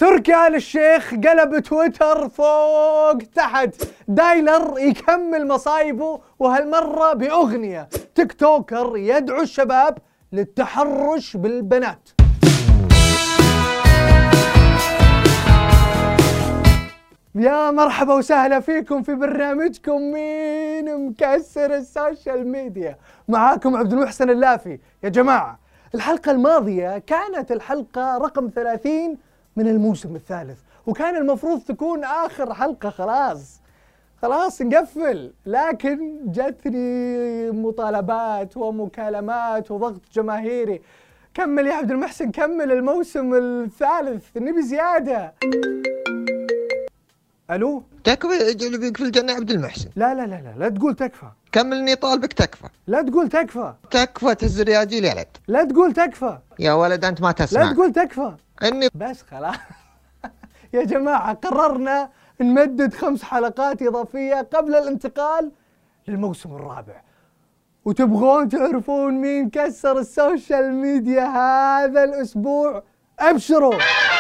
تركي آل الشيخ قلب تويتر فوق تحت، دايلر يكمل مصايبه وهالمرة بأغنية. تيك توكر يدعو الشباب للتحرش بالبنات. يا مرحبا وسهلا فيكم في برنامجكم مين مكسر السوشيال ميديا. معاكم عبد المحسن اللافي. يا جماعة الحلقة الماضية كانت الحلقة رقم 30 من الموسم الثالث، وكان المفروض تكون آخر حلقة، خلاص نقفل، لكن جتني مطالبات ومكالمات وضغط جماهيري. كمل يا عبد المحسن، كمل الموسم الثالث، نبي زيادة. الو تكفى اللي بيقفل الجنة يا عبد المحسن. لا تقول تكفى. كملني طالبك تكفى. لا تقول تكفى. تكفى تهز الرياجيل يا ولد. لا تقول تكفى يا ولد انت ما تسمع. لا تقول تكفى. بس خلاص. يا جماعة قررنا نمدد 5 حلقات إضافية قبل الانتقال للموسم الرابع. وتبغون تعرفون مين كسر السوشيال ميديا هذا الأسبوع؟ أبشروا،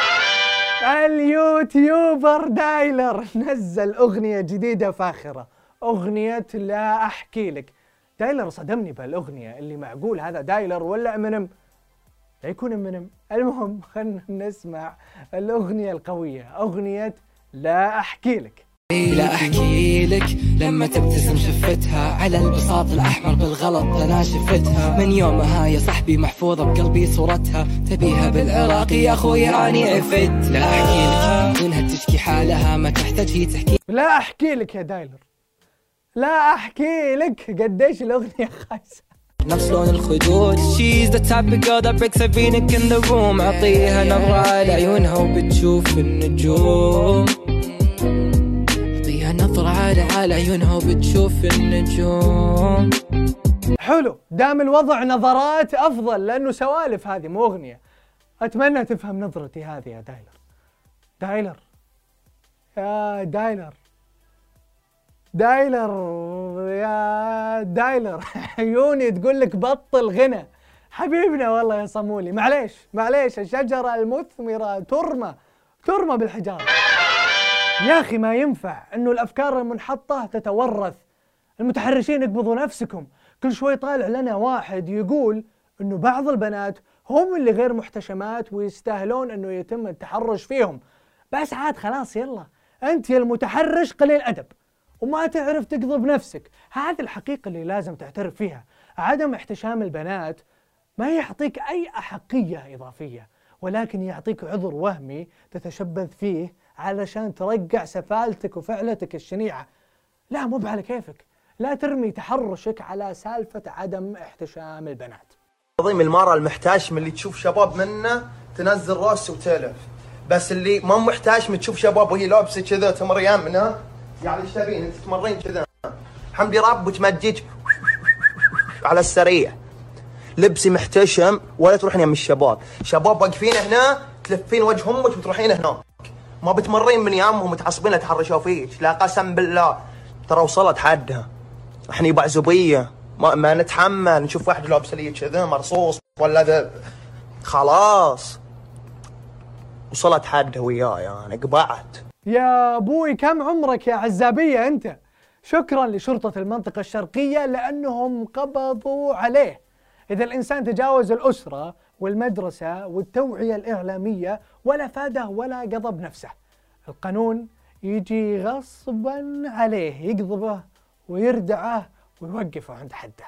اليوتيوبر دايلر نزل أغنية جديدة فاخرة، أغنية لا أحكي لك. دايلر صدمني بالأغنية، اللي معقول هذا دايلر ولا امينيم؟ لا يكون امينيم. المهم خلنا نسمع الأغنية القوية، أغنية لا أحكي لك. لا أحكي لك لما تبتسم شفتها على البساط الأحمر بالغلط أنا شفتها من يومها يا صاحبي محفوظة بقلبي صورتها تبيها بالعراقي يا أخوي أني عفت. لا أحكي لك منها تشكي حالها ما تحتاج هي تحكي. لا أحكي لك يا دايلر، لا أحكي لك قديش الأغنية خايسة. نفس لون الخدود She's the type of girl that breaks every neck in the room. أعطيها نظرة على عيونها وبتشوف النجوم. نظرة على عيونها وبتشوف النجوم. حلو، دام الوضع نظرات أفضل لأنه سوالف، هذه مو أغنية. أتمنى تفهم نظرتي هذه يا دايلر. يا دايلر عيوني تقول لك بطل غنى. حبيبنا والله يا صمولي، معليش الشجرة المثمرة ترمى بالحجارة. يا أخي ما ينفع إنه الأفكار المنحطة تتورث. المتحرشين اقبضوا نفسكم. كل شوي طالع لنا واحد يقول إنه بعض البنات هم اللي غير محتشمات ويستاهلون إنه يتم التحرش فيهم. بس عاد خلاص، يلا أنت يا المتحرش قليل أدب وما تعرف تقضب نفسك. هذه الحقيقة اللي لازم تعترف فيها. عدم احتشام البنات ما يعطيك أي أحقية إضافية، ولكن يعطيك عذر وهمي تتشبث فيه علشان ترجع سفالتك وفعلتك الشنيعة. لا مو على كيفك، لا ترمي تحرشك على سالفة عدم احتشام البنات. عظيم المرأة المحتشم اللي تشوف شباب منه تنزل راس وتلف، بس اللي ما محتشم تشوف شباب وهي لابسة كذا تمر يمنا، يعني ايش تبين انت تمرين كذا؟ حمدي ربك تمجج على السريع، لبسي محتشم ولا تروحين يم الشباب، شباب واقفين هنا تلفين وجه امك وتروحين هناك، ما بتمرين من يامهم متعصبين تحرشوا فيك. لا قسم بالله ترى وصلت حدها. احنا بعزوبيه ما نتحمل نشوف واحد لابس لي كذا مرصوص ولا ذا، خلاص وصلت حدها وياي انا قبعت. يا ابوي كم عمرك يا عزابيه انت؟ شكرا لشرطه المنطقه الشرقيه لانهم قبضوا عليه. اذا الانسان تجاوز الاسره والمدرسة والتوعية الإعلامية ولا فاده ولا قضب نفسه، القانون يجي غصبا عليه يقضبه ويردعه ويوقفه عند حده.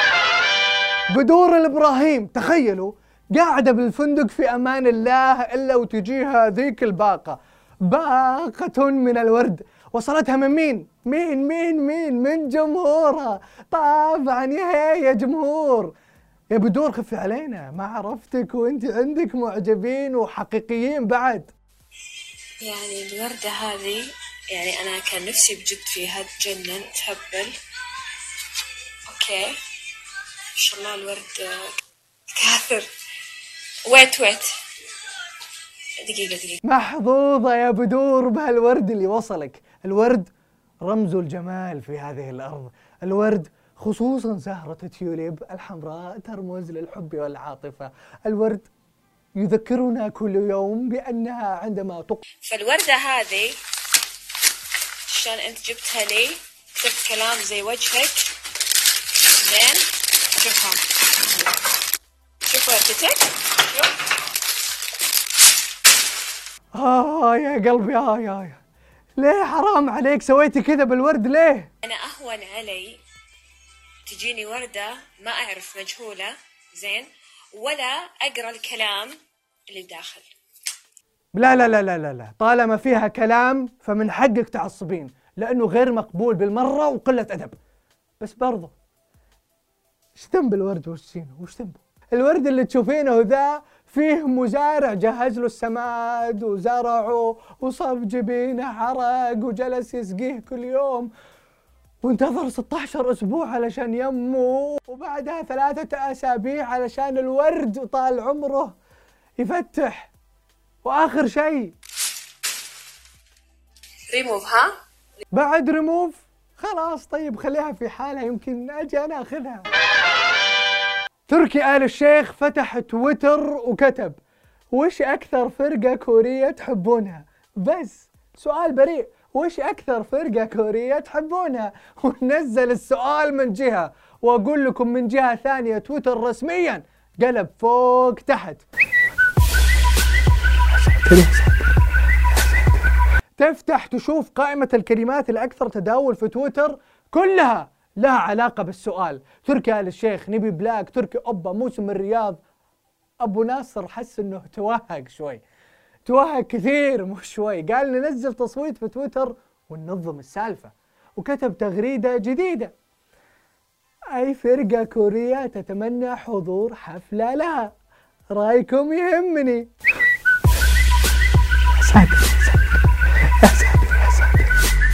بدور الإبراهيم تخيلوا قاعدة بالفندق في أمان الله إلا وتجيها ذيك الباقة، باقة من الورد. وصلتها من مين؟ من جمهورها. طبعا يا جمهور يا بدور خفي علينا، ما عرفتك وانت عندك معجبين وحقيقيين بعد. يعني الوردة هذه يعني أنا كان نفسي بجد فيها تجنن تهبل. أوكي إن شاء الله الورد كاثر. ويت دقيقة. محظوظة يا بدور بهالورد اللي وصلك. الورد رمز الجمال في هذه الأرض. الورد خصوصا زهرة تيوليب الحمراء ترمز للحب والعاطفة. الورد يذكرنا كل يوم بأنها عندما فالوردة هذه شلون انت جبتها لي؟ كتبت كلام زي وجهك زين. شوفها، شوف وردتك، شوف. يا قلبي يا ليه حرام عليك سويتي كذا بالورد ليه؟ أنا أهون علي تجيني وردة ما أعرف مجهولة زين ولا أقرأ الكلام اللي داخل. لا لا لا لا لا لا، طالما فيها كلام فمن حقك تعصبين لأنه غير مقبول بالمرة وقلة أدب. بس برضو ايش ذنب الورد والزينة؟ وش ذنبه؟ الورد اللي تشوفينه ذا فيه مزارع جهز له السماد وزرعه وصاب جبينه حرق وجلس يسقيه كل يوم وانتظر 16 أسبوع علشان ينمو وبعدها 3 أسابيع علشان الورد طال عمره يفتح. وآخر شيء ريموف. ها بعد ريموف. خلاص طيب خليها في حالها يمكن أجي أنا أخذها. تركي آل الشيخ فتح تويتر وكتب وش أكثر فرقة كورية تحبونها؟ بس سؤال بريء، وش أكثر فرقة كورية تحبونها؟ ونزل السؤال من جهة وأقول لكم من جهة ثانية تويتر رسميا قلب فوق تحت. تفتح تشوف قائمة الكلمات الأكثر تداول في تويتر كلها لها علاقة بالسؤال. تركي آل الشيخ، نبي بلاك، تركي أوبا، موسم الرياض. أبو ناصر حس إنه توهق شوي، توهق كثير مش شوي، قال ننزل تصويت في تويتر وننظم السالفة، وكتب تغريدة جديدة: أي فرقة كورية تتمنى حضور حفلة لها، رأيكم يهمني. يا ساتر.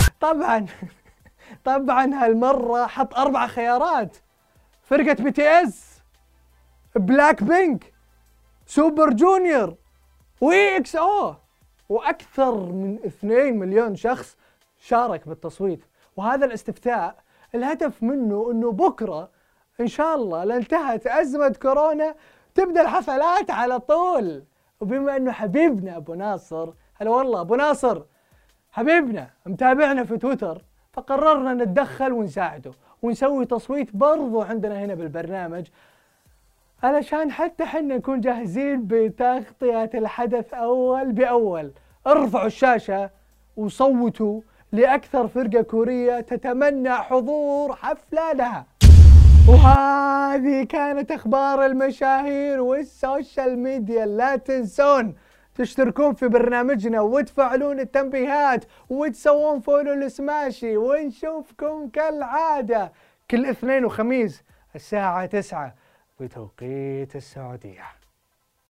طبعا هالمرة حط 4 خيارات: فرقة BTS، بلاك بينك، سوبر جونيور، وEXO. وأكثر من 2 مليون شخص شارك بالتصويت. وهذا الاستفتاء الهدف منه أنه بكرة إن شاء الله لانتهت أزمة كورونا تبدأ الحفلات على طول. وبما أنه حبيبنا أبو ناصر، هلا والله أبو ناصر حبيبنا متابعنا في تويتر، فقررنا نتدخل ونساعده ونسوي تصويت برضو عندنا هنا بالبرنامج علشان حتى حنا نكون جاهزين بتغطية الحدث أول بأول. ارفعوا الشاشة وصوتوا لأكثر فرقة كورية تتمنى حضور حفلة لها. وهذه كانت أخبار المشاهير والسوشيال ميديا. لا تنسون تشتركون في برنامجنا وتفعلون التنبيهات وتسوون فولو لسماشي، ونشوفكم كالعادة كل اثنين وخميس الساعة 9 بتوقيت السعودية.